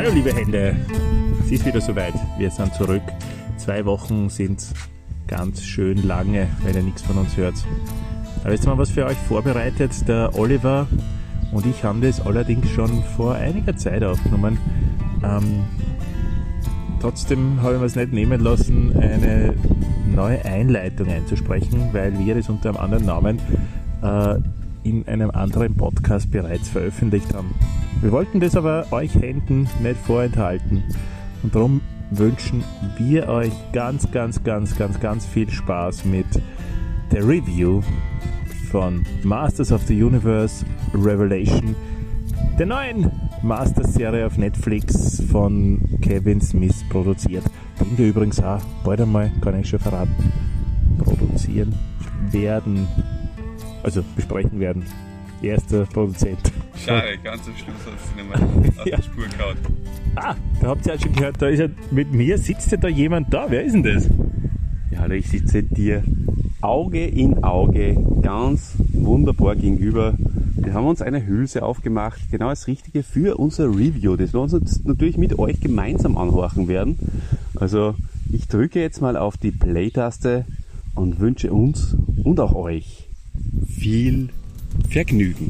Hallo liebe Hände, es ist wieder soweit, wir sind zurück. 2 Wochen sind ganz schön lange, wenn ihr nichts von uns hört. Aber jetzt haben wir was für euch vorbereitet. Der Oliver und ich haben das allerdings schon vor einiger Zeit aufgenommen. Trotzdem habe ich mir es nicht nehmen lassen, eine neue Einleitung einzusprechen, weil wir das unter einem anderen Namen in einem anderen Podcast bereits veröffentlicht haben. Wir wollten das aber euch Händen nicht vorenthalten und darum wünschen wir euch ganz viel Spaß mit der Review von Masters of the Universe Revelation, der neuen Masters-Serie auf Netflix von Kevin Smith produziert, den wir übrigens auch bald einmal, kann ich schon verraten, produzieren werden, also besprechen werden. Erster Produzent. Schade, ganz am Schluss hat es nicht mehr auf die Spur gehauen. Da habt ihr ja schon gehört, da ist ja, mit mir sitzt ja da jemand da. Wer ist denn das? Ja, hallo, ich sitze dir Auge in Auge, ganz wunderbar gegenüber. Wir haben uns eine Hülse aufgemacht, genau das Richtige für unser Review, das wir uns natürlich mit euch gemeinsam anhorchen werden. Also ich drücke jetzt mal auf die Play-Taste und wünsche uns und auch euch viel Vergnügen.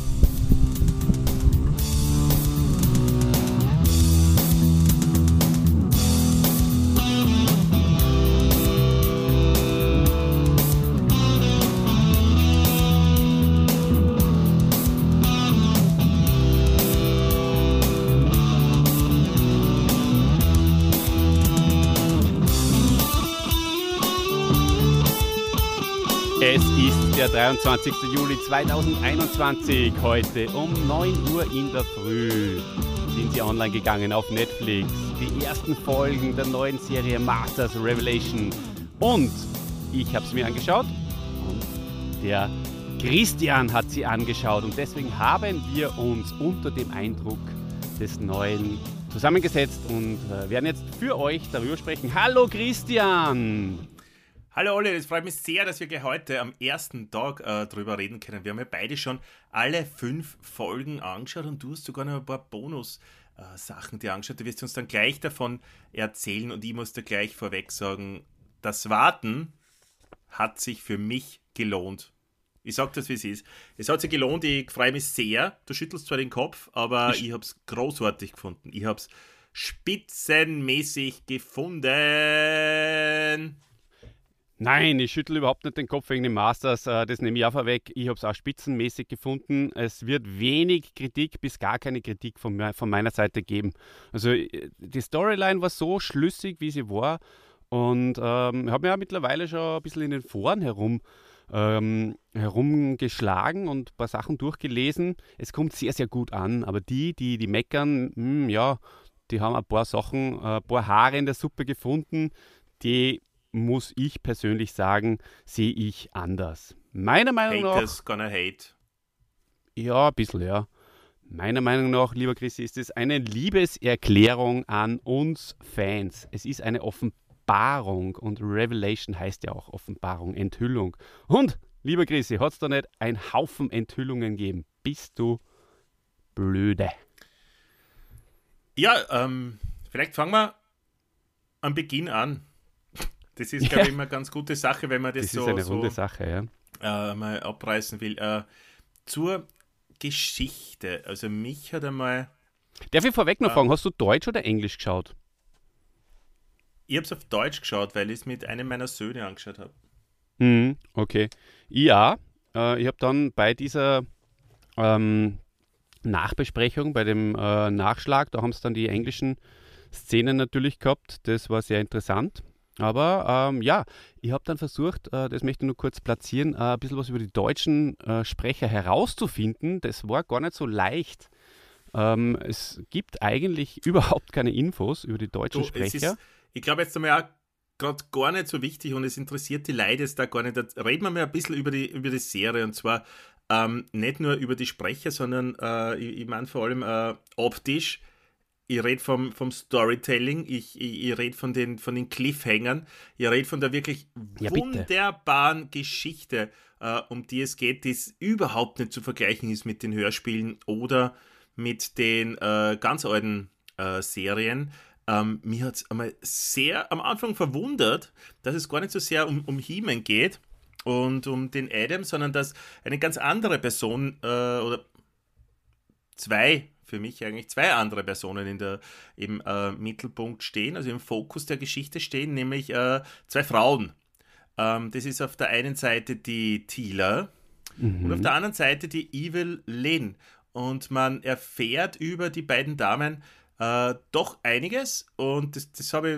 Es ist der 23. Juli 2021. Heute um 9 Uhr in der Früh sind sie online gegangen auf Netflix. Die ersten Folgen der neuen Serie Masters Revelation. Und ich habe es mir angeschaut und der Christian hat sie angeschaut. Und deswegen haben wir uns unter dem Eindruck des Neuen zusammengesetzt und werden jetzt für euch darüber sprechen. Hallo Christian! Hallo Olli, es freut mich sehr, dass wir gleich heute am ersten Tag drüber reden können. Wir haben ja beide schon alle 5 Folgen angeschaut und du hast sogar noch ein paar Bonus-Sachen dir angeschaut. Du wirst uns dann gleich davon erzählen und ich muss dir gleich vorweg sagen, das Warten hat sich für mich gelohnt. Ich sag das, wie es ist. Es hat sich gelohnt, ich freue mich sehr. Du schüttelst zwar den Kopf, aber ich habe es großartig gefunden. Ich habe es spitzenmäßig gefunden. Nein, ich schüttle überhaupt nicht den Kopf wegen dem Masters, das nehme ich auch vorweg. Ich habe es auch spitzenmäßig gefunden. Es wird wenig Kritik bis gar keine Kritik von meiner Seite geben. Also die Storyline war so schlüssig, wie sie war und ich habe mir ja mittlerweile schon ein bisschen in den Foren herumgeschlagen und ein paar Sachen durchgelesen. Es kommt sehr, sehr gut an, aber die meckern, die haben ein paar Sachen, ein paar Haare in der Suppe gefunden, die muss ich persönlich sagen, sehe ich anders. Meiner Meinung nach... Haters gonna hate. Ja, ein bisschen, ja. Meiner Meinung nach, lieber Christi, ist es eine Liebeserklärung an uns Fans. Es ist eine Offenbarung und Revelation heißt ja auch Offenbarung, Enthüllung. Und, lieber Christi, hat es da nicht einen Haufen Enthüllungen gegeben? Bist du blöde? Ja, vielleicht fangen wir am Beginn an. Das ist, glaube ich, immer eine ganz gute Sache, wenn man das so, ist eine runde Sache, mal abreißen will. Zur Geschichte. Also mich hat einmal... Darf ich vorweg noch fragen, hast du Deutsch oder Englisch geschaut? Ich habe es auf Deutsch geschaut, weil ich es mit einem meiner Söhne angeschaut habe. Okay. Ja, ich habe dann bei dieser Nachbesprechung, bei dem Nachschlag, da haben es dann die englischen Szenen natürlich gehabt. Das war sehr interessant. Aber ich habe dann versucht, das möchte ich nur kurz platzieren, ein bisschen was über die deutschen Sprecher herauszufinden. Das war gar nicht so leicht. Es gibt eigentlich überhaupt keine Infos über die deutschen Sprecher. Ich glaube jetzt einmal auch gerade gar nicht so wichtig und es interessiert die Leute jetzt da gar nicht. Reden wir mal ein bisschen über die Serie und zwar nicht nur über die Sprecher, sondern ich meine vor allem optisch. Ich rede vom Storytelling, ich rede von den Cliffhangern, ich rede von der wirklich wunderbaren Geschichte, um die es geht, die überhaupt nicht zu vergleichen ist mit den Hörspielen oder mit den ganz alten Serien. Mich hat es einmal sehr am Anfang verwundert, dass es gar nicht so sehr um He-Man geht und um den Adam, sondern dass eine ganz andere Person oder für mich eigentlich zwei andere Personen im Mittelpunkt stehen, also im Fokus der Geschichte stehen, nämlich zwei Frauen. Das ist auf der einen Seite die Teela und auf der anderen Seite die Evil Lynn. Und man erfährt über die beiden Damen doch einiges und das habe ich,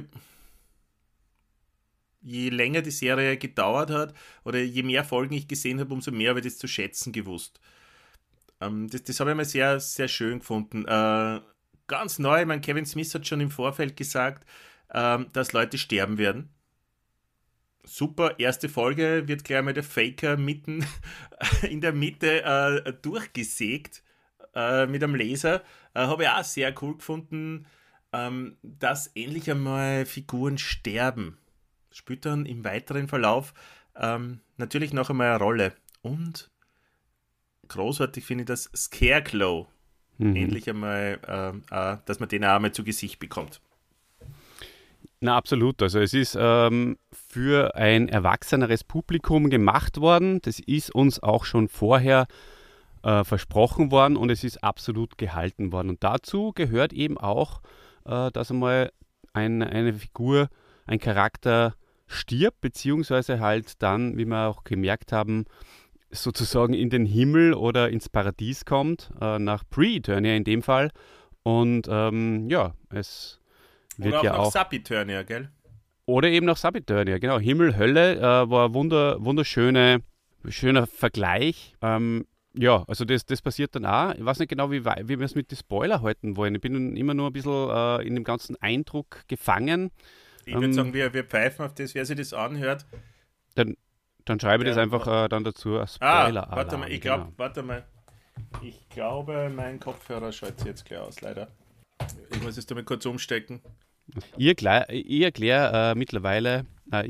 je länger die Serie gedauert hat oder je mehr Folgen ich gesehen habe, umso mehr habe ich das zu schätzen gewusst. Das habe ich mal sehr, sehr schön gefunden. Ganz neu, Kevin Smith hat schon im Vorfeld gesagt, dass Leute sterben werden. Super, erste Folge wird gleich mal der Faker mitten in der Mitte durchgesägt mit einem Laser. Habe ich auch sehr cool gefunden, dass endlich einmal Figuren sterben. Spielt dann im weiteren Verlauf natürlich noch einmal eine Rolle. Und großartig finde ich, dass Scarecrow endlich einmal, dass man den auch einmal zu Gesicht bekommt. Na, absolut. Also es ist für ein erwachseneres Publikum gemacht worden. Das ist uns auch schon vorher versprochen worden und es ist absolut gehalten worden. Und dazu gehört eben auch, dass einmal eine Figur, ein Charakter stirbt, beziehungsweise halt dann, wie wir auch gemerkt haben, sozusagen in den Himmel oder ins Paradies kommt, nach Pre-Eternia in dem Fall. Und es wird oder ja auch auch... Sub-Eternia, gell? Oder eben nach Sub-Eternia, genau. Himmel, Hölle war wunderschöner Vergleich. Also das passiert dann auch. Ich weiß nicht genau, wie wir es mit den Spoiler halten wollen. Ich bin immer nur ein bisschen in dem ganzen Eindruck gefangen. Ich würde sagen, wir pfeifen auf das, wer sich das anhört. Dann schreibe ich das einfach dann dazu. Spoiler. Warte mal. Ich glaube, mein Kopfhörer schaltet sich jetzt gleich aus, leider. Ich muss es da mal kurz umstecken. Ich erkläre mittlerweile,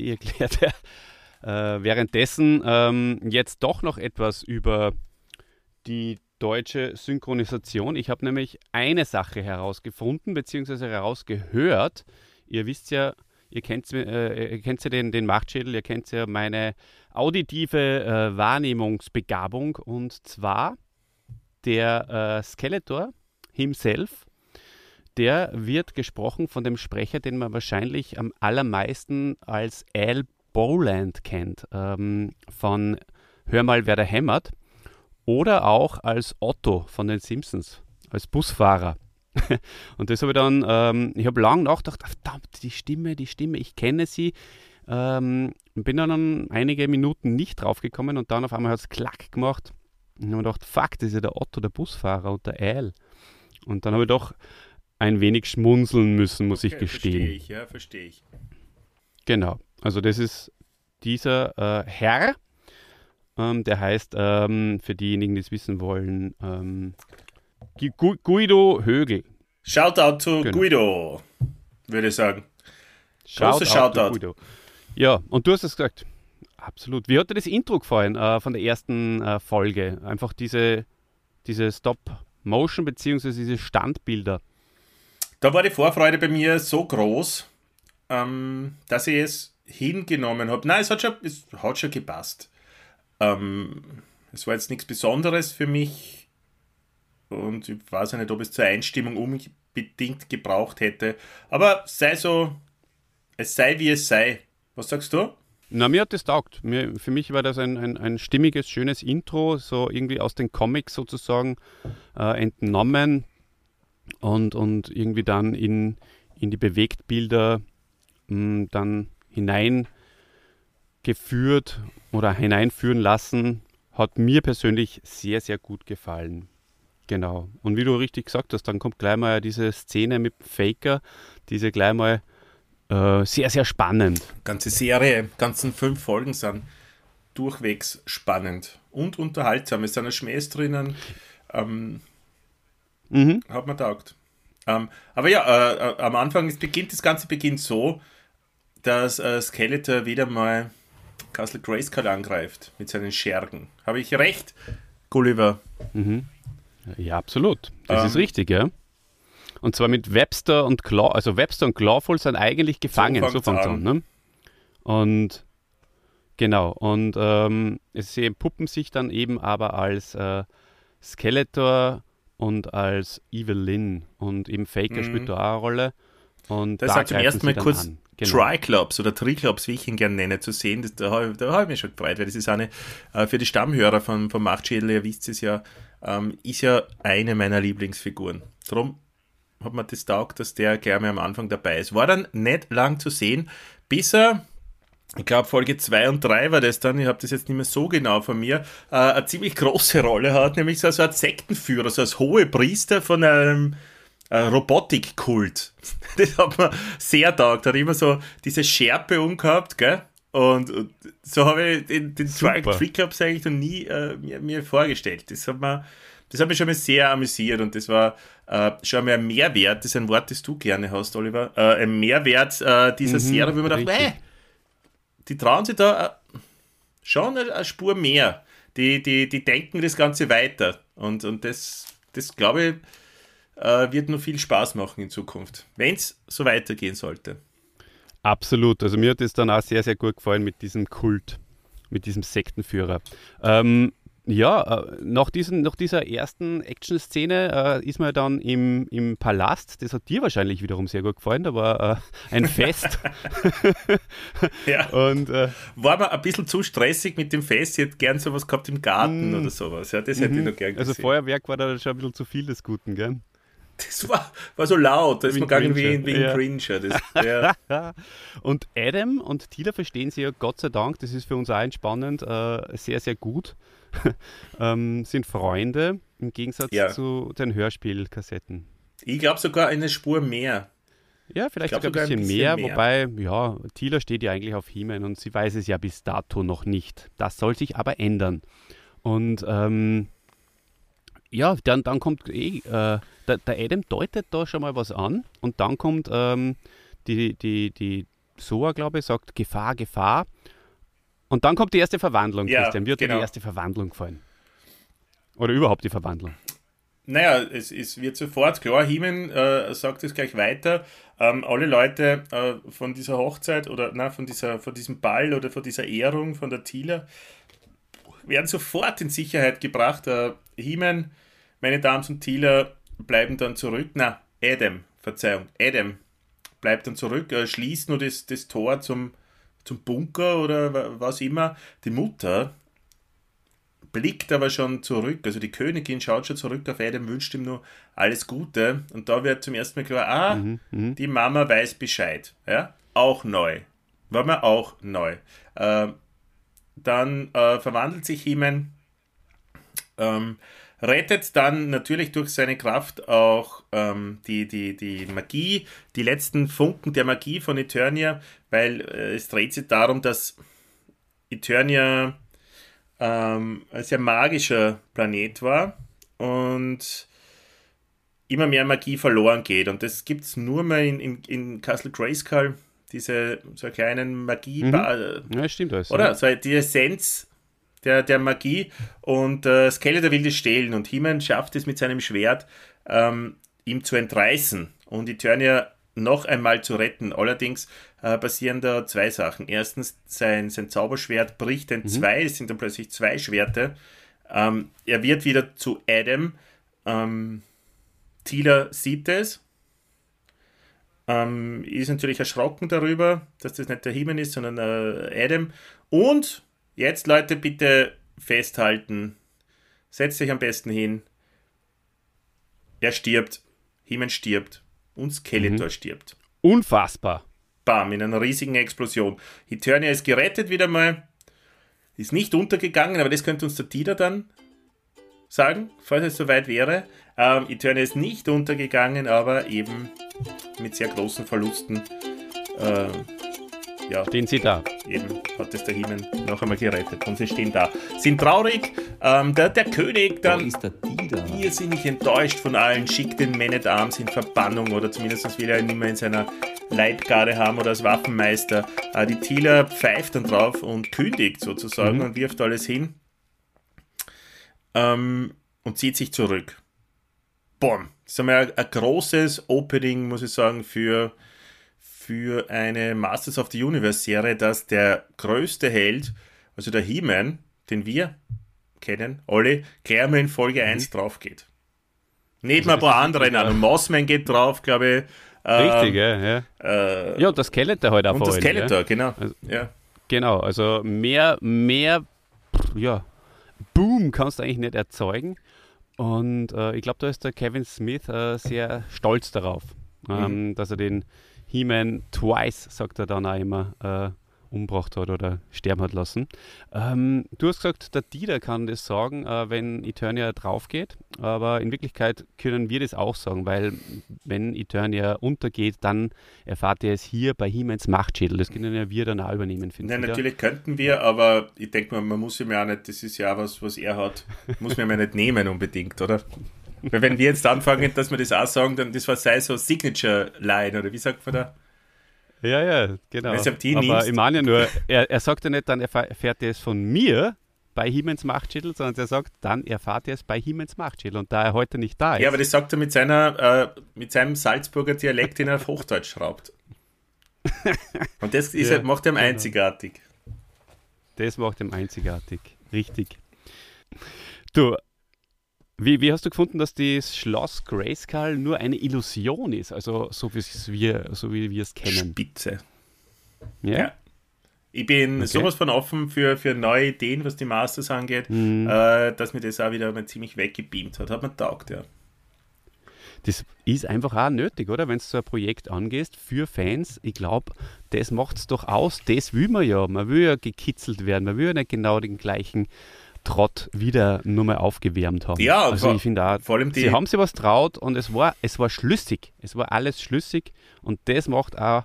währenddessen jetzt doch noch etwas über die deutsche Synchronisation. Ich habe nämlich eine Sache herausgefunden, beziehungsweise herausgehört. Ihr wisst ja, ihr kennt ja den Machtschädel, ihr kennt ja meine auditive Wahrnehmungsbegabung. Und zwar der Skeletor himself, der wird gesprochen von dem Sprecher, den man wahrscheinlich am allermeisten als Al Boland kennt, von Hör mal, wer da hämmert. Oder auch als Otto von den Simpsons, als Busfahrer. Und das habe ich dann, ich habe lange nachgedacht, verdammt, die Stimme, ich kenne sie. Bin dann einige Minuten nicht draufgekommen und dann auf einmal hat es Klack gemacht. Und habe gedacht, fuck, das ist ja der Otto, der Busfahrer und der Al. Und dann habe ich doch ein wenig schmunzeln müssen, muss ich gestehen. Verstehe ich. Genau, also das ist dieser Herr, der heißt, für diejenigen, die es wissen wollen, Guido Högel. Shoutout zu Guido, würde ich sagen. Großes Shoutout. Guido. Ja, und du hast es gesagt. Absolut. Wie hat dir das Intro gefallen von der ersten Folge? Einfach diese Stop-Motion bzw. diese Standbilder. Da war die Vorfreude bei mir so groß, dass ich es hingenommen habe. Nein, es hat schon gepasst. Es war jetzt nichts Besonderes für mich und ich weiß ja nicht, ob es zur Einstimmung unbedingt gebraucht hätte. Aber es sei wie es sei. Was sagst du? Na, mir hat das taugt. Für mich war das ein stimmiges, schönes Intro, so irgendwie aus den Comics sozusagen entnommen und irgendwie dann in die Bewegtbilder dann hineingeführt oder hineinführen lassen, hat mir persönlich sehr, sehr gut gefallen. Genau. Und wie du richtig gesagt hast, dann kommt gleich mal diese Szene mit Faker, diese gleich mal sehr, sehr spannend. Ganze Serie, ganzen 5 Folgen sind durchwegs spannend und unterhaltsam. Es sind ein Schmähs drinnen. Hat mir taugt. Aber ja, am Anfang, das Ganze beginnt so, dass Skeletor wieder mal Castle Grayskull angreift mit seinen Schergen. Habe ich recht, Gulliver? Ja, absolut. Das ist richtig, ja. Und zwar mit Webster und Claw, also Webster und Clawful sind eigentlich gefangen, so fängt es an. Ne? Und genau, und sie entpuppen sich dann eben aber als Skeletor und als Evelyn und eben Faker spielt da auch eine Rolle. Und das da hat zum ersten Mal kurz an. Genau. Triclops oder Triclops, wie ich ihn gerne nenne, zu sehen. Da habe ich mich schon gefreut, weil das ist eine, für die Stammhörer vom Machtschädel, ihr wisst es ja, ist ja eine meiner Lieblingsfiguren. Darum hat mir das taugt, dass der gleich mal am Anfang dabei ist. War dann nicht lang zu sehen, bis er, ich glaube Folge 2 und 3 war das dann, ich habe das jetzt nicht mehr so genau von mir, eine ziemlich große Rolle hat, nämlich so als Sektenführer, so als hohe Priester von einem Robotikkult. Das hat mir sehr taugt. Hat immer so diese Schärpe umgehabt, gell? Und so habe ich den Triclops eigentlich noch nie mir vorgestellt. Das hat mich schon mal sehr amüsiert und das war schon mal ein Mehrwert, das ist ein Wort, das du gerne hast, Oliver, ein Mehrwert dieser Serie, wo man dachte, die trauen sich da schon eine Spur mehr. Die denken das Ganze weiter. Und das glaube ich, wird noch viel Spaß machen in Zukunft, wenn es so weitergehen sollte. Absolut, also mir hat es dann auch sehr, sehr gut gefallen mit diesem Kult, mit diesem Sektenführer. Nach dieser ersten Action-Szene ist man dann im Palast, das hat dir wahrscheinlich wiederum sehr gut gefallen, da war ein Fest. Ja. Und, war mir ein bisschen zu stressig mit dem Fest, ich hätte gern sowas gehabt im Garten oder sowas, ja, das hätte ich noch gern gesehen. Also Feuerwerk war da schon ein bisschen zu viel des Guten, gell? Das war so laut, da ist man gegangen wie ein Cringer. Ja. Und Adam und Tila verstehen sich ja Gott sei Dank, das ist für uns auch entspannend, sehr, sehr gut. Sind Freunde im Gegensatz zu den Hörspielkassetten. Ich glaube sogar eine Spur mehr. Ja, vielleicht sogar ein bisschen mehr, wobei, ja, Tila steht ja eigentlich auf He-Man und sie weiß es ja bis dato noch nicht. Das soll sich aber ändern. Und dann kommt der Adam deutet da schon mal was an und dann kommt die Soa, glaube ich, sagt Gefahr, Gefahr. Und dann kommt die erste Verwandlung, Christian. Wie hat dir die erste Verwandlung gefallen? Oder überhaupt die Verwandlung? Naja, es wird sofort klar, He-Man sagt es gleich weiter, alle Leute von dieser Hochzeit oder von diesem Ball oder von dieser Ehrung von der Tila werden sofort in Sicherheit gebracht. He-Man, meine Damen und Tila bleiben dann zurück. Adam bleibt dann zurück, schließt nur das Tor zum Bunker oder was immer. Die Mutter blickt aber schon zurück, also die Königin schaut schon zurück auf Adam, wünscht ihm nur alles Gute und da wird zum ersten Mal klar, die Mama weiß Bescheid. Ja? Auch neu. War mir auch neu. Dann verwandelt sich He-Man, rettet dann natürlich durch seine Kraft auch die Magie, die letzten Funken der Magie von Eternia, weil es dreht sich darum, dass Eternia ein sehr magischer Planet war und immer mehr Magie verloren geht. Und das gibt es nur mal in Castle Grayskull, diese so kleinen Magie... Ja, stimmt das. Oder? So die Essenz der Magie und Skeletor will das stehlen und He-Man schafft es mit seinem Schwert, ihm zu entreißen und Eternia noch einmal zu retten. Allerdings passieren da zwei Sachen. Erstens, sein Zauberschwert bricht in zwei, es sind dann plötzlich zwei Schwerter. Er wird wieder zu Adam. Tila sieht es, ist natürlich erschrocken darüber, dass das nicht der He-Man ist, sondern Adam. Und jetzt, Leute, bitte festhalten. Setzt euch am besten hin. Er stirbt. He-Man stirbt. Und Skeletor stirbt. Unfassbar. Bam, in einer riesigen Explosion. Eternia ist gerettet wieder mal. Ist nicht untergegangen, aber das könnte uns der Tila dann sagen, falls es soweit wäre. Eternia ist nicht untergegangen, aber eben mit sehr großen Verlusten. Stehen sie da. Eben hat es der He-Man noch einmal gerettet und sie stehen da. Sind traurig. Der König dann ist der Tila irrsinnig enttäuscht von allen, schickt den Man-at-Arms in Verbannung oder zumindest will er ihn nicht mehr in seiner Leibgarde haben oder als Waffenmeister. Die Tila pfeift dann drauf und kündigt sozusagen und wirft alles hin und zieht sich zurück. boom, das ist einmal ein großes Opening, muss ich sagen, für eine Masters of the Universe Serie, dass der größte Held, also der He-Man, den wir kennen, alle, gleich einmal in Folge 1 drauf geht. Neben ein paar anderen an. Und Mossman geht drauf, glaube ich. Richtig, ja. Ja, und das Skeletor halt auch und vor das allem. Skeletor, genau. Also, ja. Genau, also mehr Boom kannst du eigentlich nicht erzeugen. Und ich glaube, da ist der Kevin Smith sehr stolz darauf, dass er den He-Man twice, sagt er dann auch immer, umgebracht hat oder sterben hat lassen. Du hast gesagt, der Dieter kann das sagen, wenn Eternia drauf geht, aber in Wirklichkeit können wir das auch sagen, weil wenn Eternia untergeht, dann erfahrt ihr es hier bei He-Mans Machtschädel. Das können ja wir dann auch übernehmen, finde ich. Nein, natürlich könnten wir, aber ich denke mal, man muss ihm ja auch nicht, das ist ja auch was er hat, muss man ja nicht nehmen unbedingt, oder? Weil wenn wir jetzt anfangen, dass wir das auch sagen, dann das war sei so Signature-Line, oder wie sagt man da? Ja, genau. Aber ich meine ja nur, er sagt ja nicht, dann erfährt er es von mir bei He-Mans Machtschädel, sondern er sagt, dann erfahrt er es bei He-Mans Machtschädel. Und da er heute nicht da ist. Ja, aber das sagt er mit seinem Salzburger Dialekt, den er auf Hochdeutsch schraubt. Und das ist macht ihn einzigartig. Das macht ihn einzigartig, richtig. Du, wie hast du gefunden, dass das Schloss Grayskull nur eine Illusion ist? Also so wie wir es kennen. Spitze. Ja. Ich bin sowas von offen für neue Ideen, was die Masters angeht, dass mir das auch wieder mal ziemlich weggebeamt hat. Hat mir taugt, ja. Das ist einfach auch nötig, oder? Wenn du so ein Projekt angehst für Fans, ich glaube, das macht es doch aus. Das will man ja. Man will ja gekitzelt werden. Man will ja nicht genau den gleichen Trott wieder nur mal aufgewärmt haben. Ja, also ich finde auch, vor allem sie haben sich was traut und es war schlüssig. Es war alles schlüssig und das macht auch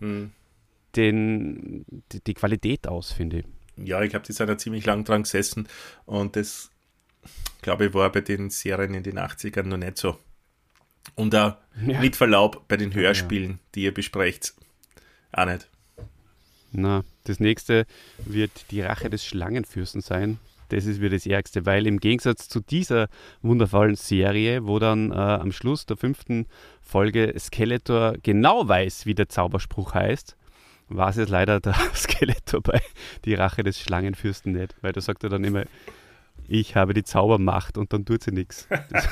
die Qualität aus, finde ich. Ja, ich glaube, die sind ja ziemlich lang dran gesessen und das, glaube ich, war bei den Serien in den 80ern noch nicht so. Und auch mit Verlaub bei den Hörspielen, die ihr besprecht, auch nicht. Na, das nächste wird die Rache des Schlangenfürsten sein. Das ist wieder das Ärgste, weil im Gegensatz zu dieser wundervollen Serie, wo dann am Schluss der 5. Folge Skeletor genau weiß, wie der Zauberspruch heißt, war es jetzt leider der Skeletor bei die Rache des Schlangenfürsten nicht, weil da sagt er dann immer, ich habe die Zaubermacht und dann tut sie nichts.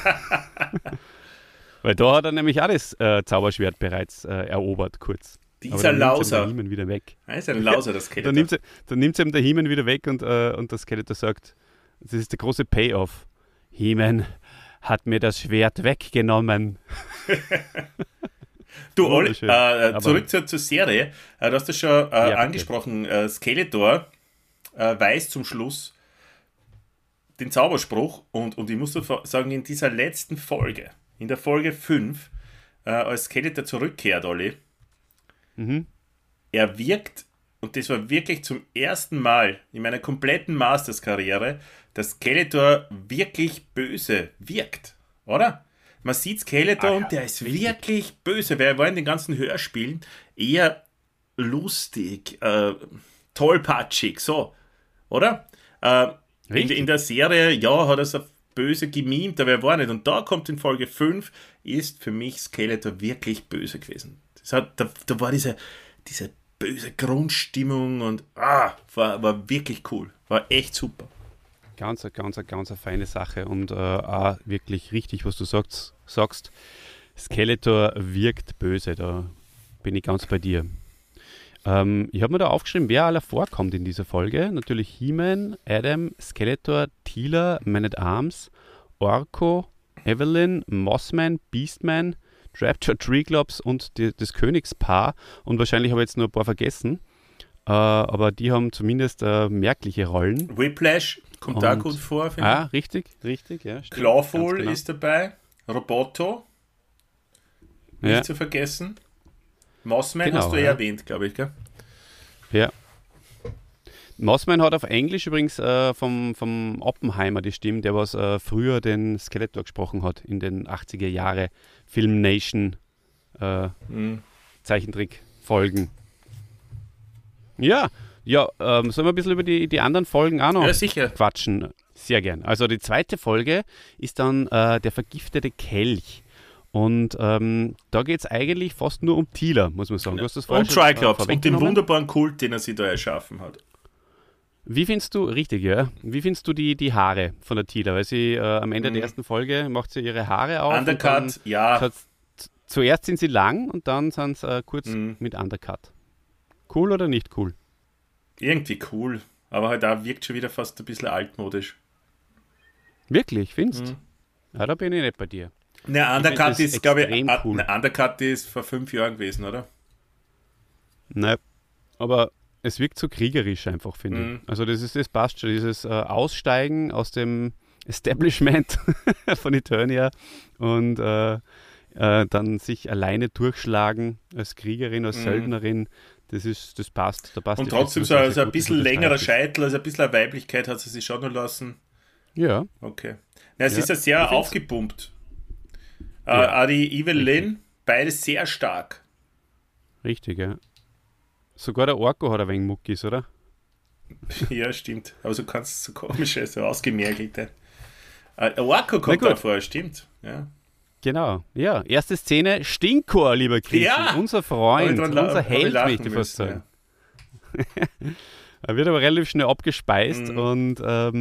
Weil da hat er nämlich auch das Zauberschwert bereits erobert, kurz. Dieser Lauser. He-Man wieder weg. Er ist ein Lauser, das Skeletor. Dann nimmt ihm der He-Man wieder weg und der Skeletor sagt, das ist der große Payoff. He-Man hat mir das Schwert weggenommen. Du, Olli, zurück zur Serie. Du hast das schon angesprochen. Skeletor weiß zum Schluss den Zauberspruch und ich muss sagen, in dieser letzten Folge, in der Folge 5, als Skeletor zurückkehrt, Olli, er wirkt, und das war wirklich zum ersten Mal in meiner kompletten Masters-Karriere, dass Skeletor wirklich böse wirkt, oder? Man sieht Skeletor und der ist wirklich böse, weil er war in den ganzen Hörspielen eher lustig, tollpatschig, so, oder? In der Serie, hat er so böse gemimt, aber er war nicht. Und da kommt in Folge 5, ist für mich Skeletor wirklich böse gewesen. Da war diese böse Grundstimmung und war wirklich cool. War echt super. Ganz eine feine Sache und auch wirklich richtig, was du sagst. Skeletor wirkt böse, da bin ich ganz bei dir. Ich habe mir da aufgeschrieben, wer aller vorkommt in dieser Folge. Natürlich He-Man, Adam, Skeletor, Teela, Man-at-Arms, Orko, Evelyn, Mossman, Beastman, Rapture, Treeclops und das Königspaar. Und wahrscheinlich habe ich jetzt nur ein paar vergessen. Aber die haben zumindest merkliche Rollen. Whiplash kommt da gut vor, finde ich. Richtig, ja. Clawful genau. Ist dabei. Roboto. Nicht zu vergessen. Mossman hast du erwähnt, glaube ich, gell? Ja. Mossman hat auf Englisch übrigens vom Oppenheimer die Stimme, der was früher den Skeletor gesprochen hat in den 80er Jahre Film Nation Zeichentrick-Folgen. Ja, sollen wir ein bisschen über die anderen Folgen auch noch quatschen? Sehr gern. Also die zweite Folge ist dann der vergiftete Kelch. Und da geht es eigentlich fast nur um Tila, muss man sagen. Du hast das vorher Und schon, Triclops und den vorweggenommen. wunderbaren Kult, den er sich da erschaffen hat. Wie findest du, richtig, ja, wie findest du die Haare von der Tila? Weil sie am Ende der ersten Folge macht sie ihre Haare auf. Undercut, ja. Zuerst sind sie lang und dann sind sie kurz mit Undercut. Cool oder nicht cool? Irgendwie cool, aber halt auch wirkt schon wieder fast ein bisschen altmodisch. Wirklich, findest du? Ja, da bin ich nicht bei dir. Ne, Undercut das ist, glaube ich, extrem cool. ne, Undercut ist vor 5 Jahren gewesen, oder? Nein, aber es wirkt so kriegerisch einfach, finde ich. Also das passt schon, dieses Aussteigen aus dem Establishment von Eternia und dann sich alleine durchschlagen als Kriegerin, als Söldnerin, das passt. Da passt Und die trotzdem Figur so sehr ein gut, bisschen das längerer unterstreicht Scheitel, also ein bisschen eine Weiblichkeit hat sie sich schon noch lassen. es. Ja, Okay. Na, es Ja. ist ja Ich sehr find's- aufgepumpt. Ja. Auch die Evelyn, beides sehr stark. richtig, ja. Sogar der Orko hat ein wenig Muckis, oder? Ja, stimmt. Aber so kannst du so komische, so ausgemergelte. Orko kommt gut. da vor, stimmt. Ja. Genau, ja. Erste Szene, Stinkor, lieber Christian. Ja! Unser Freund, Hab ich dran unser hab ich Held, lachen möchte ich fast müssen, sagen. Er wird aber relativ schnell abgespeist und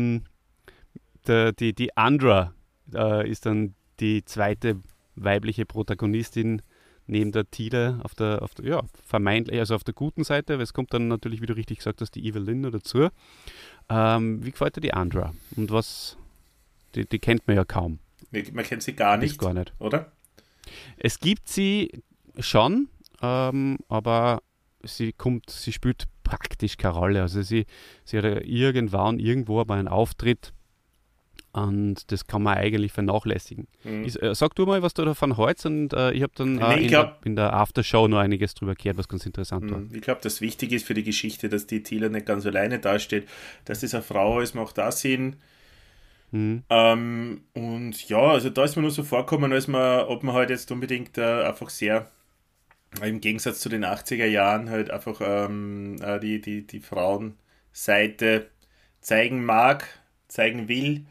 die Andra ist dann die zweite weibliche Protagonistin neben der Tila auf der vermeintlich, also auf der guten Seite, weil es kommt dann natürlich, wie du richtig gesagt hast, die Evelyn noch dazu. Wie gefällt dir die Andra? Und was, die kennt man ja kaum. Man kennt sie gar Bis nicht, gar nicht. oder? Es gibt sie schon, aber sie spielt praktisch keine Rolle. Also sie hat ja irgendwo mal einen Auftritt und das kann man eigentlich vernachlässigen. Sag du mal, was du davon hältst und ich habe dann Nee, ich in der Aftershow noch einiges drüber gehört, was ganz interessant war. Ich glaube, das Wichtige ist für die Geschichte, dass die Tila nicht ganz alleine dasteht, dass das eine Frau ist, macht da Sinn. Und ja, also da ist mir nur so vorkommen, ob man halt jetzt unbedingt einfach sehr, im Gegensatz zu den 80er Jahren, halt einfach die Frauenseite zeigen mag, zeigen will,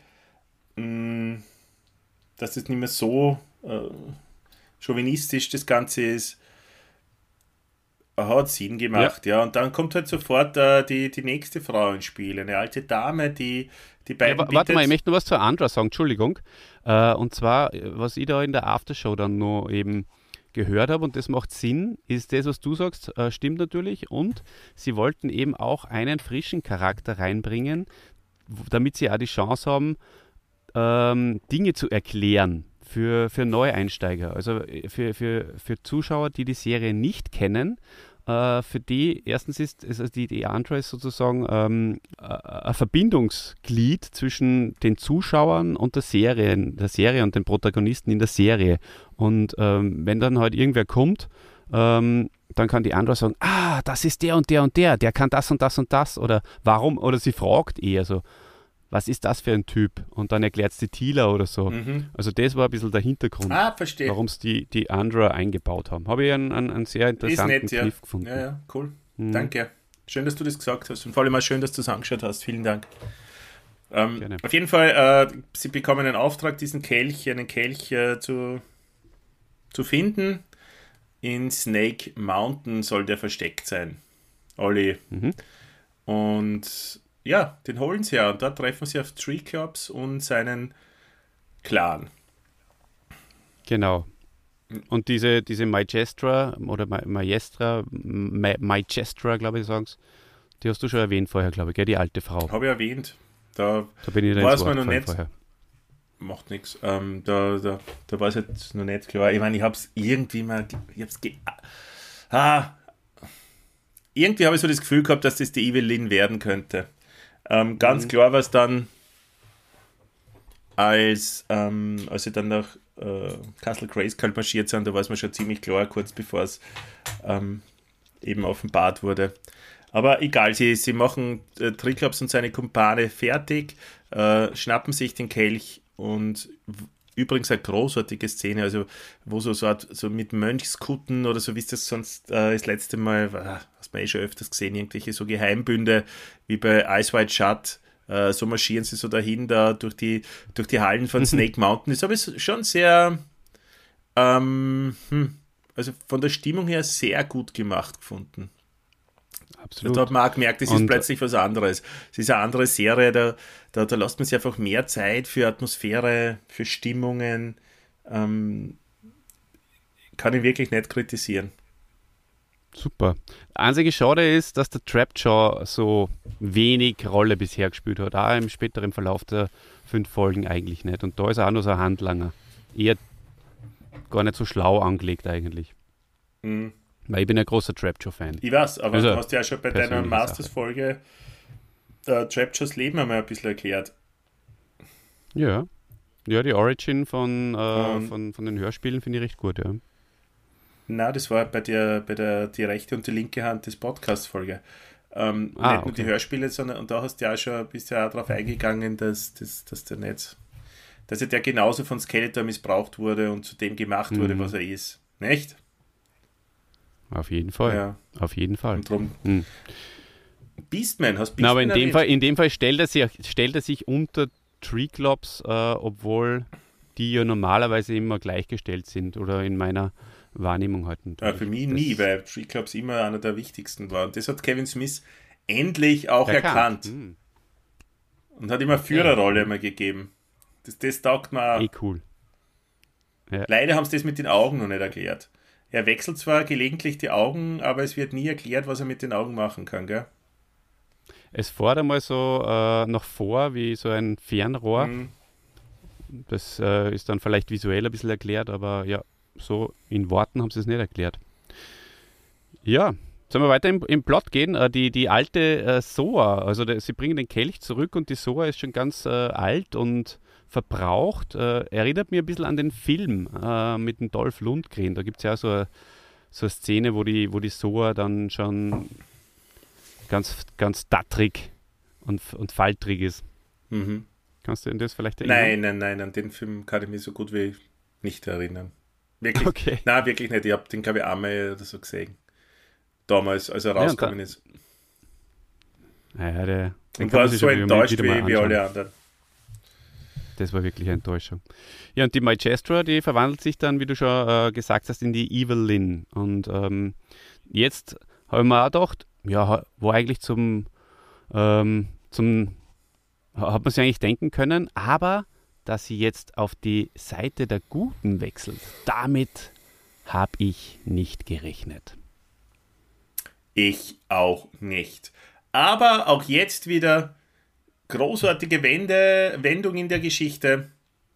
dass es nicht mehr so chauvinistisch das Ganze ist. Hat Sinn gemacht, ja. Und dann kommt halt sofort die nächste Frau ins Spiel, eine alte Dame, die beiden. Ja, warte mal, ich möchte noch was zur Andra sagen, Entschuldigung. Und zwar, was ich da in der Aftershow dann noch eben gehört habe, und das macht Sinn, ist das, was du sagst, stimmt natürlich. Und sie wollten eben auch einen frischen Charakter reinbringen, damit sie auch die Chance haben, Dinge zu erklären für Neueinsteiger. Also für Zuschauer, die die Serie nicht kennen. Für die, erstens ist also die Andra ist sozusagen ein Verbindungsglied zwischen den Zuschauern und der Serie und den Protagonisten in der Serie. Und wenn dann halt irgendwer kommt, dann kann die Andra sagen, das ist der und der und der kann das und das und das, oder warum, oder sie fragt eher so, was ist das für ein Typ? Und dann erklärt es die Tila oder so. Also das war ein bisschen der Hintergrund, Verstehe. warum es die Andra eingebaut haben. Habe ich einen sehr interessanten Kniff gefunden. Ja, cool. Danke. Schön, dass du das gesagt hast und vor allem auch schön, dass du es angeschaut hast. Vielen Dank. Auf jeden Fall, sie bekommen einen Auftrag, einen Kelch zu finden. In Snake Mountain soll der versteckt sein. Olli. Und ja, den holen sie ja. Und da treffen sie auf Triclops und seinen Clan. Genau. Und diese Mygestra oder Mygestra, glaube ich, sagen es, die hast du schon erwähnt vorher, glaube ich, gell? Die alte Frau. Habe ich erwähnt. Da bin ich weiß man noch nicht. Vorher. Macht nichts. Da war es jetzt noch nicht klar. Ich meine, ich habe es irgendwie mal. Irgendwie habe ich so das Gefühl gehabt, dass das die Evelyn werden könnte. Ganz klar war es dann, als sie dann nach Castle Grayskull marschiert sind, da war es mir schon ziemlich klar, kurz bevor es eben offenbart wurde. Aber egal, sie machen Triclops und seine Kumpane fertig, schnappen sich den Kelch und übrigens eine großartige Szene, also wo so mit Mönchskutten oder so, wie es das sonst das letzte Mal war, hast man schon öfters gesehen, irgendwelche so Geheimbünde wie bei Eyes Wide Shut, so marschieren sie so dahin, da durch die Hallen von Snake Mountain. Das habe ich schon sehr Also von der Stimmung her sehr gut gemacht gefunden. Absolut. Da hat man auch gemerkt, es ist plötzlich was anderes. Es ist eine andere Serie, da lässt man sich einfach mehr Zeit für Atmosphäre, für Stimmungen. Kann ich wirklich nicht kritisieren. Super. Einzige Schade ist, dass der Trapjaw so wenig Rolle bisher gespielt hat. Auch im späteren Verlauf der 5 Folgen eigentlich nicht. Und da ist er auch nur so ein Handlanger. Eher gar nicht so schlau angelegt eigentlich. Mhm. Weil ich bin ein großer Trapjaw-Fan. Ich weiß, aber Also, du hast ja schon bei deiner persönliche Masters-Folge Trapjaws Leben einmal ein bisschen erklärt. Ja. Ja, die Origin von den Hörspielen finde ich recht gut, ja. Na, das war bei der die rechte und die linke Hand des Podcast-Folge. Nicht nur die Hörspiele, sondern und da hast du ja auch schon bist ja auch darauf eingegangen, dass ja der genauso von Skeletor missbraucht wurde und zu dem gemacht wurde, was er ist. Nicht? Auf jeden Fall. Ja. Auf jeden Fall. Und drum Beastman, hast Na, aber Beastman in dem Fall stellt er sich unter Triclops, obwohl die ja normalerweise immer gleichgestellt sind oder in meiner Wahrnehmung halt. Für mich nie, weil Triclops immer einer der wichtigsten war. Und das hat Kevin Smith endlich auch erkannt. Und hat ihm eine Führerrolle mal gegeben. Das taugt mir auch. Cool. Ja. Leider haben sie das mit den Augen noch nicht erklärt. Er wechselt zwar gelegentlich die Augen, aber es wird nie erklärt, was er mit den Augen machen kann, gell? Es fährt einmal so nach vor, wie so ein Fernrohr. Mhm. Das ist dann vielleicht visuell ein bisschen erklärt, aber ja, so in Worten haben sie es nicht erklärt. Ja, sollen wir weiter im Plot gehen? Die alte Soa, also sie bringen den Kelch zurück und die Soa ist schon ganz alt und verbraucht. Erinnert mich ein bisschen an den Film mit dem Dolph Lundgren. Da gibt es ja so eine Szene, wo die Soa dann schon ganz dattrig und faltrig ist. Mhm. Kannst du an das vielleicht erinnern? Nein, an den Film kann ich mich so gut wie nicht erinnern. Wirklich? Okay. Nein, wirklich nicht. Ich habe den, glaube ich, einmal oder so gesehen. Damals, als er rausgekommen ist. Ja, und war so enttäuscht wie alle anderen. Das war wirklich eine Enttäuschung. Ja, und die Majestra, die verwandelt sich dann, wie du schon gesagt hast, in die Evil Lyn. Und jetzt habe ich mir auch gedacht, ja, wo eigentlich hat man sich eigentlich denken können, aber dass sie jetzt auf die Seite der Guten wechselt, damit habe ich nicht gerechnet. Ich auch nicht. Aber auch jetzt wieder großartige Wendung in der Geschichte.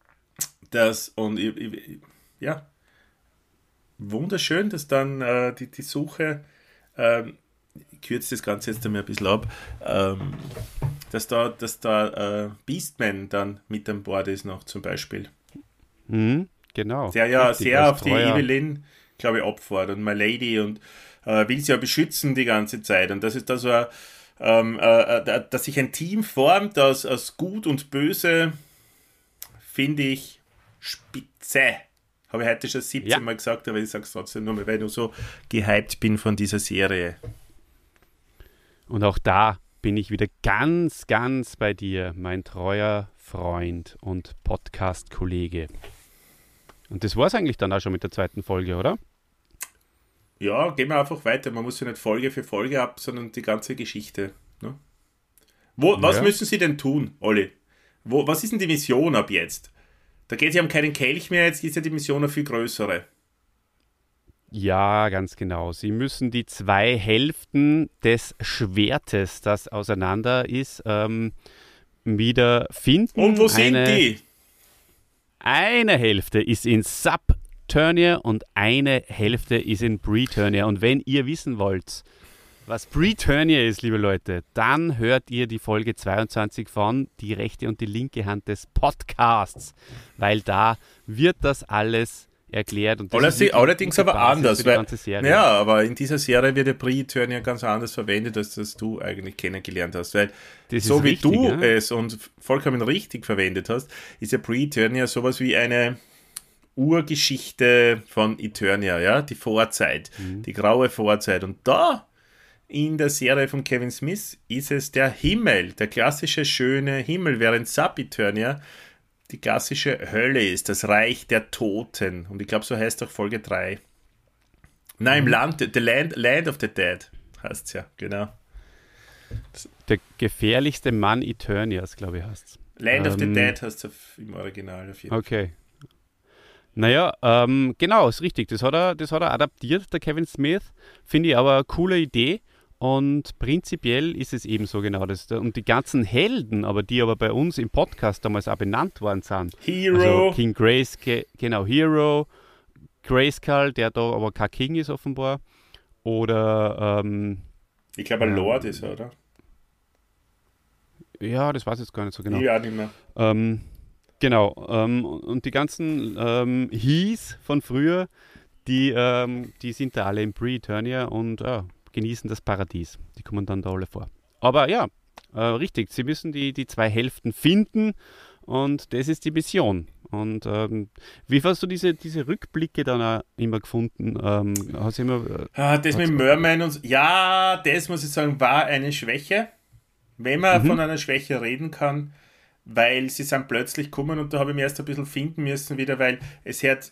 Wunderschön, dass dann die Suche, ich kürze das Ganze jetzt einmal ein bisschen ab, dass da Beastman dann mit an Bord ist noch zum Beispiel. Genau. Der ja richtig, sehr auf die Treuer. Evelyn, glaube ich, abfährt und My Lady und will sie ja beschützen die ganze Zeit. Und das ist da so dass sich ein Team formt aus Gut und Böse, finde ich spitze. Habe ich heute schon 17 Mal gesagt, aber ich sage es trotzdem nochmal, weil ich nur so gehypt bin von dieser Serie. Und auch da bin ich wieder ganz, ganz bei dir, mein treuer Freund und Podcast-Kollege. Und das war es eigentlich dann auch schon mit der zweiten Folge, oder? Ja, gehen wir einfach weiter. Man muss ja nicht Folge für Folge ab, sondern die ganze Geschichte. Ne? Was müssen sie denn tun, Olli? Was ist denn die Mission ab jetzt? Da geht es ja um keinen Kelch mehr, jetzt ist ja die Mission eine viel größere. Ja, ganz genau. Sie müssen die 2 Hälften des Schwertes, das auseinander ist, wieder finden. Und wo sind die? Eine Hälfte ist in Subternia und eine Hälfte ist in Breturnia. Und wenn ihr wissen wollt, was Breturnia ist, liebe Leute, dann hört ihr die Folge 22 von Die rechte und die linke Hand des Podcasts, weil da wird das alles erklärt. Und das ist allerdings aber anders, weil, ja, aber in dieser Serie wird der Breturnia ganz anders verwendet, als das du eigentlich kennengelernt hast, weil das so wie richtig, du ja? es und vollkommen richtig verwendet hast, ist ja Breturnia sowas wie eine Urgeschichte von Eternia, ja, die Vorzeit, die graue Vorzeit. Und da in der Serie von Kevin Smith ist es der Himmel, der klassische schöne Himmel, während Sub-Eternia die klassische Hölle ist, das Reich der Toten. Und ich glaube, so heißt auch Folge 3. Nein, im Land, Land of the Dead heißt es ja, genau. Der gefährlichste Mann Eternias, glaube ich, heißt es. Land of the Dead heißt es im Original auf jeden Fall. Okay. Naja, genau, ist richtig. Das hat er adaptiert, der Kevin Smith. Finde ich aber eine coole Idee. Und prinzipiell ist es eben so genau das. Und die ganzen Helden, die aber bei uns im Podcast damals auch benannt worden sind. Hero. Also King Grayskull, genau, Hero. Grayskull, der da aber kein King ist offenbar. Oder, ich glaube, ein Lord ist er, oder? Ja, das weiß ich jetzt gar nicht so genau. Ja, nicht mehr. Genau. Und die ganzen Hees von früher, die sind da alle in Pre-Eternia und genießen das Paradies. Die kommen dann da alle vor. Aber ja, richtig, sie müssen die zwei Hälften finden und das ist die Mission. Und wie hast du diese Rückblicke dann auch immer gefunden? Hast du immer, das mit Merman und ja, das muss ich sagen, war eine Schwäche. Wenn man von einer Schwäche reden kann, weil sie sind plötzlich gekommen und da habe ich mich erst ein bisschen finden müssen wieder, weil es hört,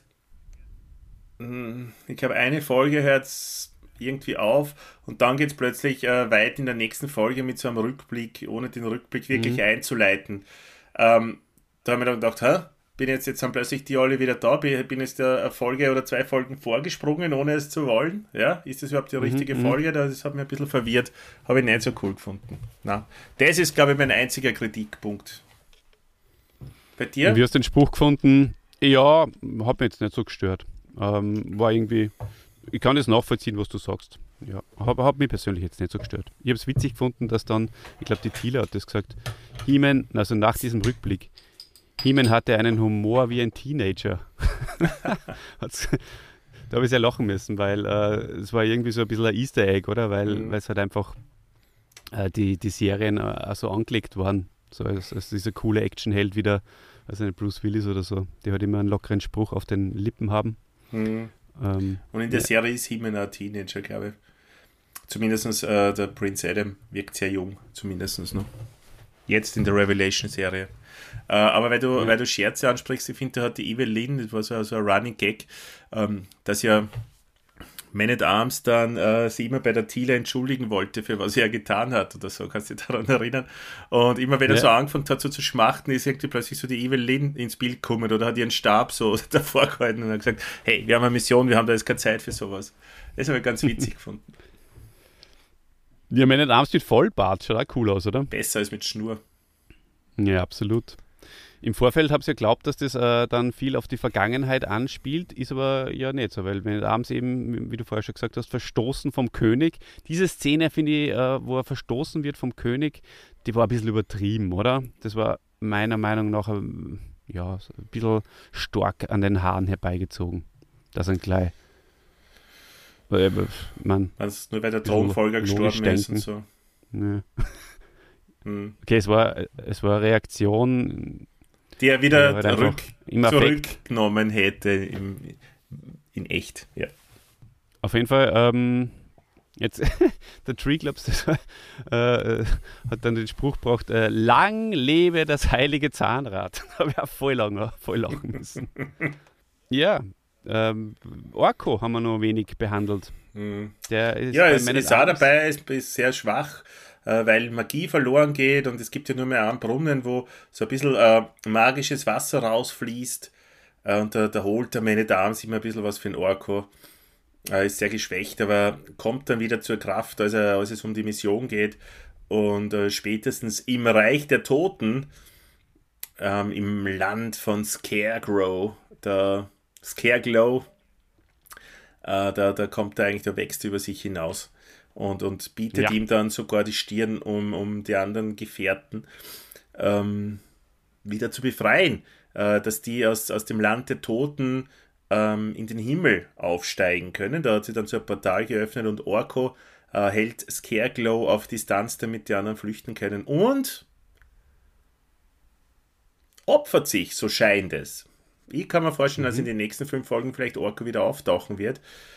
ich glaube, eine Folge hört irgendwie auf und dann geht es plötzlich weit in der nächsten Folge mit so einem Rückblick, ohne den Rückblick wirklich einzuleiten. Da haben wir dann gedacht, bin jetzt dann plötzlich die alle wieder da, bin jetzt eine Folge oder 2 Folgen vorgesprungen, ohne es zu wollen. Ja, ist das überhaupt die richtige Folge? Das hat mich ein bisschen verwirrt. Habe ich nicht so cool gefunden. Na, das ist, glaube ich, mein einziger Kritikpunkt. Bei dir? Wie hast du den Spruch gefunden? Ja, hat mich jetzt nicht so gestört. War irgendwie, ich kann das nachvollziehen, was du sagst. Ja, hat mich persönlich jetzt nicht so gestört. Ich habe es witzig gefunden, dass dann, ich glaube, die Thiele hat das gesagt, He-Man, also nach diesem Rückblick, He-Man hatte einen Humor wie ein Teenager. Da habe ich sehr lachen müssen, weil es war irgendwie so ein bisschen ein Easter Egg, oder? Weil es halt einfach die Serien so angelegt waren. So als dieser coole Actionheld wieder, also ein Bruce Willis oder so, die halt immer einen lockeren Spruch auf den Lippen haben. Und in der Serie ist He-Man ein Teenager, glaube ich. Zumindest der Prince Adam wirkt sehr jung, zumindest noch. Jetzt in der Revelation-Serie. Aber weil du Scherze ansprichst, ich finde, da hat die Evelyn, das war so ein Running Gag, dass ja Man at Arms dann sie immer bei der Thiele entschuldigen wollte, für was er getan hat oder so, kannst du dich daran erinnern? Und immer wenn er so angefangen hat, so zu schmachten, ist irgendwie plötzlich so die Evelyn ins Bild gekommen oder hat ihren Stab so davor gehalten und hat gesagt, hey, wir haben eine Mission, wir haben da jetzt keine Zeit für sowas. Das habe ich ganz witzig gefunden. Ja, Man at Arms mit Vollbart schaut auch cool aus, oder? Besser als mit Schnur. Ja, absolut. Im Vorfeld habe ich ja geglaubt, dass das dann viel auf die Vergangenheit anspielt, ist aber ja nicht so, weil wenn abends eben, wie du vorher schon gesagt hast, verstoßen vom König. Diese Szene, finde ich, wo er verstoßen wird vom König, die war ein bisschen übertrieben, oder? Das war meiner Meinung nach so ein bisschen stark an den Haaren herbeigezogen. Das sind gleich. Man, nur weil der Thronfolger gestorben ist und so. Ja. Okay, es war eine Reaktion, die er wieder zurückgenommen hätte in echt. Ja. Auf jeden Fall, jetzt der Treeclaps hat dann den Spruch gebracht, lang lebe das heilige Zahnrad. Da habe ich auch voll lachen müssen. Ja, Orko haben wir noch wenig behandelt. Der ist auch dabei, ist sehr schwach, weil Magie verloren geht und es gibt ja nur mehr einen Brunnen, wo so ein bisschen magisches Wasser rausfließt und da holt der Man at Arms immer ein bisschen was für den Orko. Ist sehr geschwächt, aber kommt dann wieder zur Kraft, als es um die Mission geht und spätestens im Reich der Toten, im Land von Scareglow, da kommt er eigentlich, der wächst über sich hinaus und bietet ihm dann sogar die Stirn, um die anderen Gefährten wieder zu befreien, dass die aus dem Land der Toten in den Himmel aufsteigen können. Da hat sie dann so ein Portal geöffnet und Orko hält Scareglow auf Distanz, damit die anderen flüchten können und opfert sich, so scheint es. Ich kann mir vorstellen, dass in den nächsten 5 Folgen vielleicht Orko wieder auftauchen wird.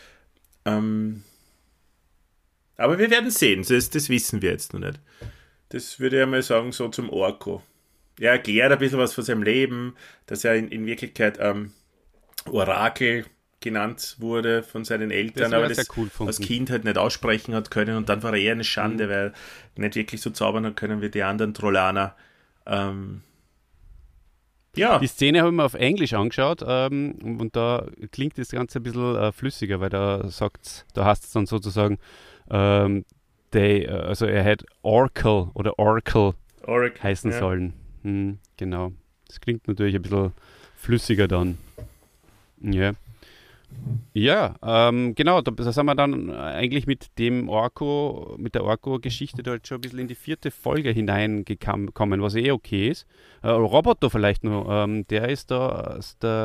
Aber wir werden sehen. Das wissen wir jetzt noch nicht. Das würde ich mal sagen, so zum Orko. er erklärt ein bisschen was von seinem Leben, dass er in Wirklichkeit Orakel genannt wurde von seinen Eltern, aber das cool als Kind halt nicht aussprechen hat können und dann war er eher eine Schande, weil er nicht wirklich so zaubern hat können wie die anderen Trollaner. Ja. Die Szene habe ich mir auf Englisch angeschaut und da klingt das Ganze ein bisschen flüssiger, weil da heißt es dann sozusagen, also er hätte Oracle heißen sollen. Genau. Das klingt natürlich ein bisschen flüssiger dann. Ja. Ja, genau, da sind wir dann eigentlich mit der Orko-Geschichte da jetzt schon ein bisschen in die 4. Folge hineingekommen, was okay ist. Roboter vielleicht noch, der ist da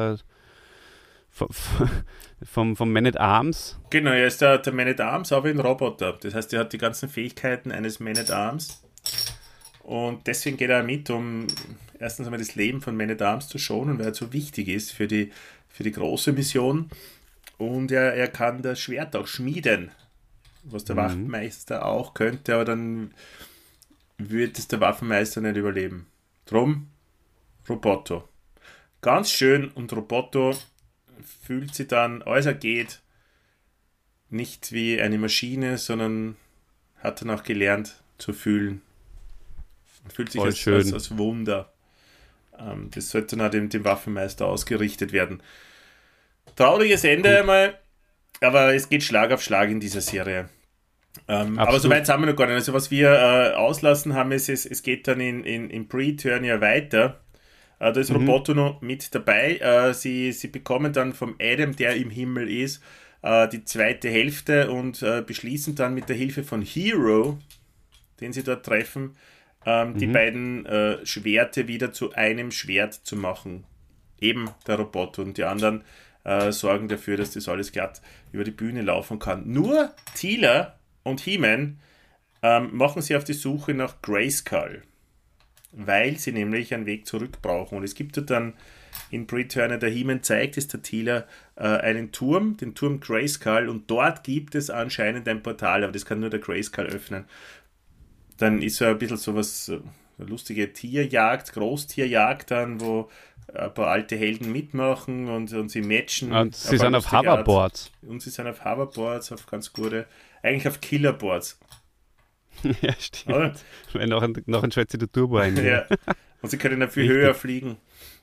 vom Man at Arms. Genau, er ist der Man at Arms, aber ein Roboter. Das heißt, er hat die ganzen Fähigkeiten eines Man at Arms. Und deswegen geht er mit, um erstens einmal das Leben von Man at Arms zu schonen, weil er so wichtig ist für die große Mission. Und er kann das Schwert auch schmieden, was der Waffenmeister auch könnte, aber dann wird es der Waffenmeister nicht überleben. Drum Roboto. Ganz schön, und Roboto fühlt sich dann, als er geht, nicht wie eine Maschine, sondern hat dann auch gelernt zu fühlen. Fühlt sich als Wunder. Das sollte dann auch dem Waffenmeister ausgerichtet werden. Trauriges Ende einmal, aber es geht Schlag auf Schlag in dieser Serie. Aber so weit sind wir noch gar nicht. Also was wir auslassen haben, ist, es geht dann in Pre-Eternia weiter. Da ist Roboto noch mit dabei. Sie bekommen dann vom Adam, der im Himmel ist, die zweite Hälfte und beschließen dann mit der Hilfe von Hero, den sie dort treffen, die beiden Schwerte wieder zu einem Schwert zu machen. Eben der Roboter, und die anderen sorgen dafür, dass das alles glatt über die Bühne laufen kann. Nur Teela und He-Man machen sie auf die Suche nach Grayskull, weil sie nämlich einen Weg zurück brauchen. Und es gibt dort dann in Pre-Eternia, der He-Man zeigt es der Teela einen Turm, den Turm Grayskull, und dort gibt es anscheinend ein Portal, aber das kann nur der Grayskull öffnen. Dann ist so ein bisschen sowas, eine lustige Tierjagd, Großtierjagd dann, wo ein paar alte Helden mitmachen und sie matchen. Und sie sind auf Hoverboards. Und sie sind auf Hoverboards, auf ganz gute, eigentlich auf Killerboards. Ja, stimmt. Oder? Weil nachher schätze ich der Turbo ein. Ja. Und sie können ja viel höher fliegen.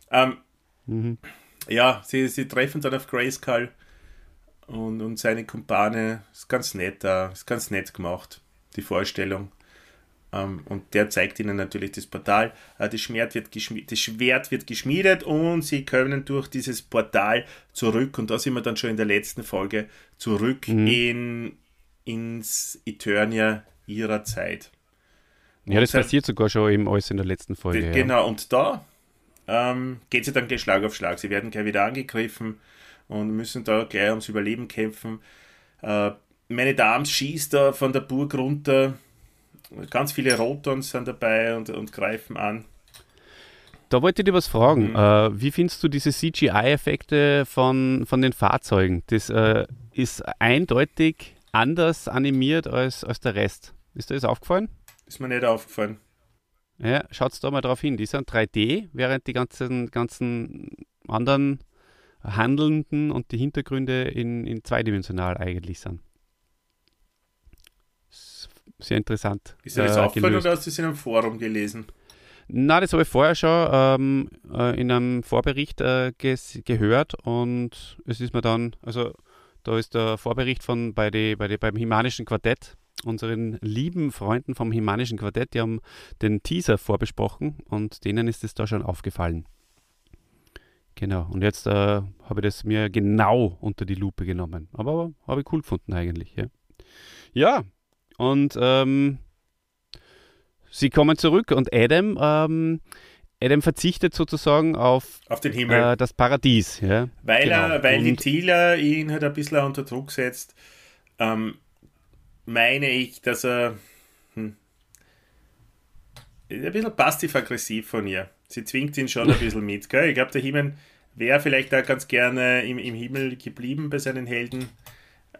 Ja, sie treffen dann auf Grayskull und seine Kumpane. Ist ganz nett da, ist ganz nett gemacht, die Vorstellung. Und der zeigt ihnen natürlich das Portal. Das Schwert wird geschmiedet und sie können durch dieses Portal zurück, und da sind wir dann schon in der letzten Folge, zurück ins Eternia ihrer Zeit. Ja, das passiert sogar schon eben alles in der letzten Folge. Genau, und da geht sie dann gleich Schlag auf Schlag. Sie werden gleich wieder angegriffen und müssen da gleich ums Überleben kämpfen. Meine Dame schießt da von der Burg runter. Ganz viele Rotons sind dabei und greifen an. Da wollte ich dir was fragen. Wie findest du diese CGI-Effekte von den Fahrzeugen? Das ist eindeutig anders animiert als der Rest. Ist dir das aufgefallen? Ist mir nicht aufgefallen. Ja, schaut da mal drauf hin. Die sind 3D, während die ganzen anderen Handelnden und die Hintergründe in zweidimensional eigentlich sind. Sehr interessant. Ist dir das aufgefallen oder hast du es in einem Forum gelesen? Nein, das habe ich vorher schon in einem Vorbericht gehört, und es ist mir dann, also da ist der Vorbericht beim Himanischen Quartett, unseren lieben Freunden vom Himanischen Quartett, die haben den Teaser vorbesprochen und denen ist es da schon aufgefallen. Genau, und jetzt habe ich das mir genau unter die Lupe genommen. Aber habe ich cool gefunden eigentlich. Ja. Und sie kommen zurück und Adam verzichtet sozusagen auf den Himmel, das Paradies. Ja? Weil die Teela ihn halt ein bisschen unter Druck setzt, meine ich, dass er ein bisschen passiv-aggressiv von ihr. Sie zwingt ihn schon ein bisschen mit. Gell? Ich glaube, der He-Man wäre vielleicht auch ganz gerne im Himmel geblieben bei seinen Helden.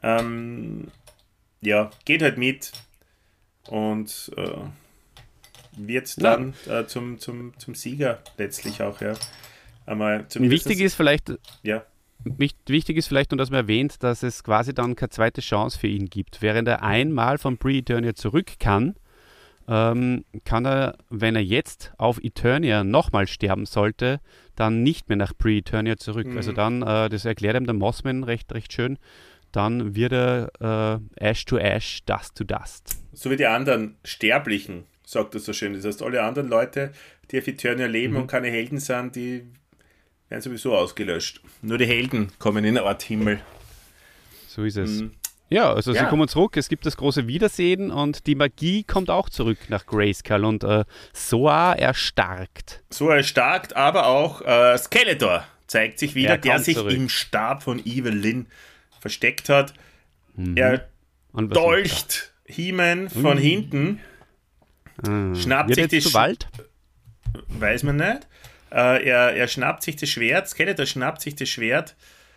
Ja, geht halt mit und wird dann zum Sieger letztlich auch, ja. Wichtig ist vielleicht, ja. Wichtig ist vielleicht, und dass man erwähnt, dass es quasi dann keine zweite Chance für ihn gibt. Während er einmal von Pre-Eternia zurück kann er, wenn er jetzt auf Eternia nochmal sterben sollte, dann nicht mehr nach Pre-Eternia zurück. Also dann, das erklärt ihm der Mossman recht schön, dann wird er Ash to Ash, Dust to Dust. So wie die anderen Sterblichen, sagt er so schön. Das heißt, alle anderen Leute, die auf Eternia leben und keine Helden sind, die werden sowieso ausgelöscht. Nur die Helden kommen in eine Art Himmel. So ist es. Ja, also sie kommen zurück, es gibt das große Wiedersehen und die Magie kommt auch zurück nach Grayskull und Soa erstarkt. Soa erstarkt, aber auch Skeletor zeigt sich wieder, der sich im Stab von Evelyn versteckt hat. Er dolcht He-Man von hinten, schnappt sich das Schwert. Weiß man nicht. Er schnappt sich das Schwert, Skeletor schnappt sich das Schwert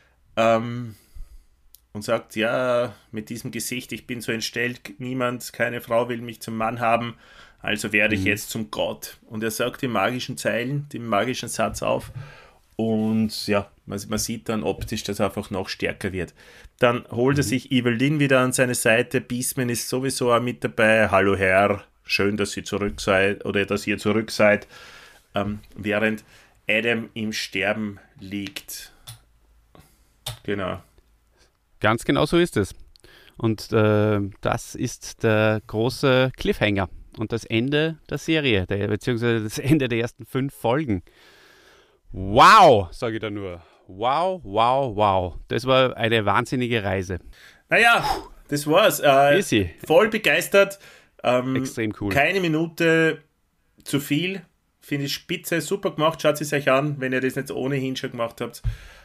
und sagt, ja, mit diesem Gesicht, ich bin so entstellt, keine Frau will mich zum Mann haben, also werde ich jetzt zum Gott. Und er sagt die magischen Zeilen, den magischen Satz auf und ja, man sieht dann optisch, dass er einfach noch stärker wird. Dann holt er sich Evelyn wieder an seine Seite, Beastman ist sowieso auch mit dabei, hallo Herr, schön, dass ihr zurück seid, oder dass ihr zurück seid, während Adam im Sterben liegt. Genau. Ganz genau so ist es. Und das ist der große Cliffhanger und das Ende der Serie, beziehungsweise das Ende der ersten 5 Folgen. Wow, sage ich da nur. Wow, wow, wow. Das war eine wahnsinnige Reise. Naja, das war's. Voll begeistert. Extrem cool. Keine Minute zu viel. Finde ich spitze, super gemacht. Schaut es euch an, wenn ihr das nicht ohnehin schon gemacht habt.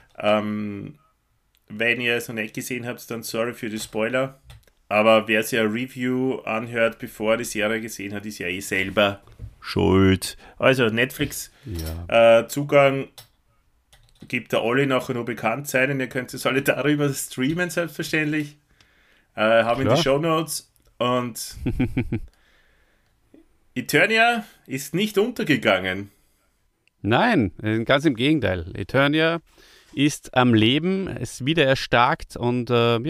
Wenn ihr es noch nicht gesehen habt, dann sorry für die Spoiler. Aber wer sich ein Review anhört, bevor er die Serie gesehen hat, ist ja eh selber schuld. Also Netflix Zugang gibt der alle nachher noch bekannt sein und ihr könnt es alle darüber streamen, selbstverständlich. Haben in die Shownotes und Eternia ist nicht untergegangen. Nein, ganz im Gegenteil. Eternia ist am Leben, ist wieder erstarkt und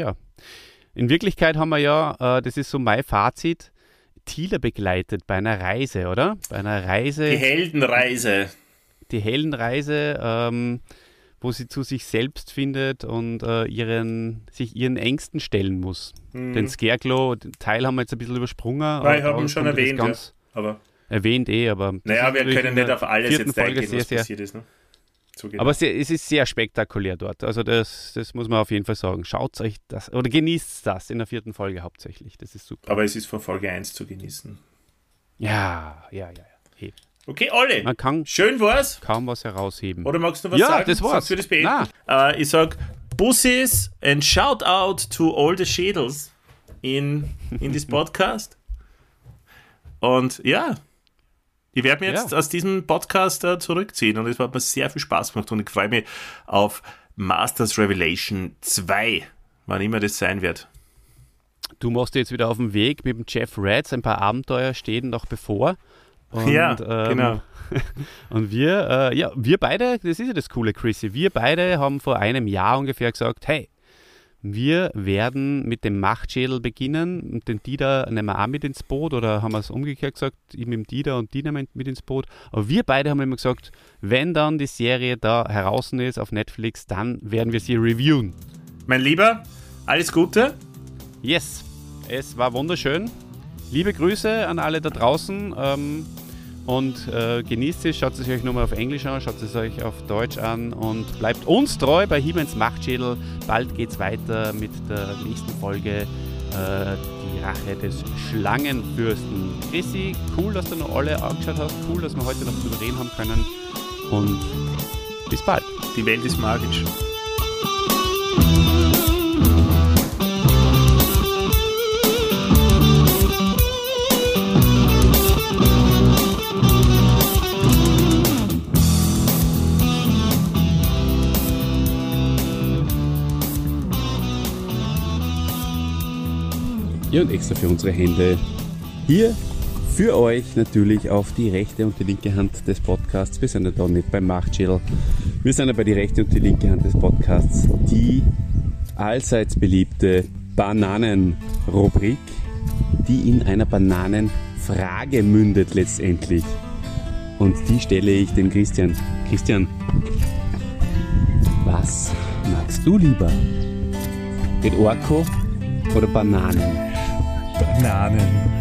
in Wirklichkeit haben wir das ist so mein Fazit, Teela begleitet bei einer Reise, oder? Bei einer Reise. Die Heldenreise. Die Heldenreise, wo sie zu sich selbst findet und sich ihren Ängsten stellen muss. Den Scarecrow-Teil haben wir jetzt ein bisschen übersprungen. Nein, ich habe ihn schon erwähnt, aber erwähnt aber... Naja, wir können nicht auf alles jetzt eingehen, was passiert ist. Ne? Aber es ist sehr spektakulär dort. Also das muss man auf jeden Fall sagen. Schaut euch das, oder genießt das in der 4. Folge hauptsächlich. Das ist super. Aber es ist von Folge 1 zu genießen. Ja. Hey. Okay, Olli, man kann schön war's. Kaum was herausheben. Oder magst du was sagen? Ja, das war's. Sonst würde ich beenden. Ich sag Bussis and shout out to all the Schädels in this Podcast. Und ja, ich werde mir jetzt aus diesem Podcast zurückziehen und es hat mir sehr viel Spaß gemacht und ich freue mich auf Masters Revelation 2, wann immer das sein wird. Du machst jetzt wieder auf dem Weg mit dem Jeff Ratz, ein paar Abenteuer stehen noch bevor. Und, genau. Und wir beide, das ist ja das Coole, Chrissy, wir beide haben vor einem Jahr ungefähr gesagt, hey, wir werden mit dem Machtschädel beginnen und den Dieter nehmen wir auch mit ins Boot oder haben wir es umgekehrt gesagt, ich mit dem Dieter und Dieter mit ins Boot. Aber wir beide haben immer gesagt, wenn dann die Serie da heraus ist auf Netflix, dann werden wir sie reviewen. Mein Lieber, alles Gute. Yes, es war wunderschön. Liebe Grüße an alle da draußen und genießt es, schaut es euch nochmal auf Englisch an, schaut es euch auf Deutsch an und bleibt uns treu bei He-Mans Machtschädel. Bald geht's weiter mit der nächsten Folge, die Rache des Schlangenfürsten. Chrissy, cool, dass du noch alle angeschaut hast, cool, dass wir heute noch drüber reden haben können und bis bald. Die Welt ist magisch. Und extra für unsere Hände hier für euch natürlich auf die rechte und die linke Hand des Podcasts. Wir sind ja da nicht beim Machtschädel. Wir sind ja bei die rechte und die linke Hand des Podcasts. Die allseits beliebte Bananenrubrik, die in einer Bananenfrage mündet letztendlich. Und die stelle ich dem Christian. Christian, was magst du lieber? Den Orko oder Bananen? Bananen.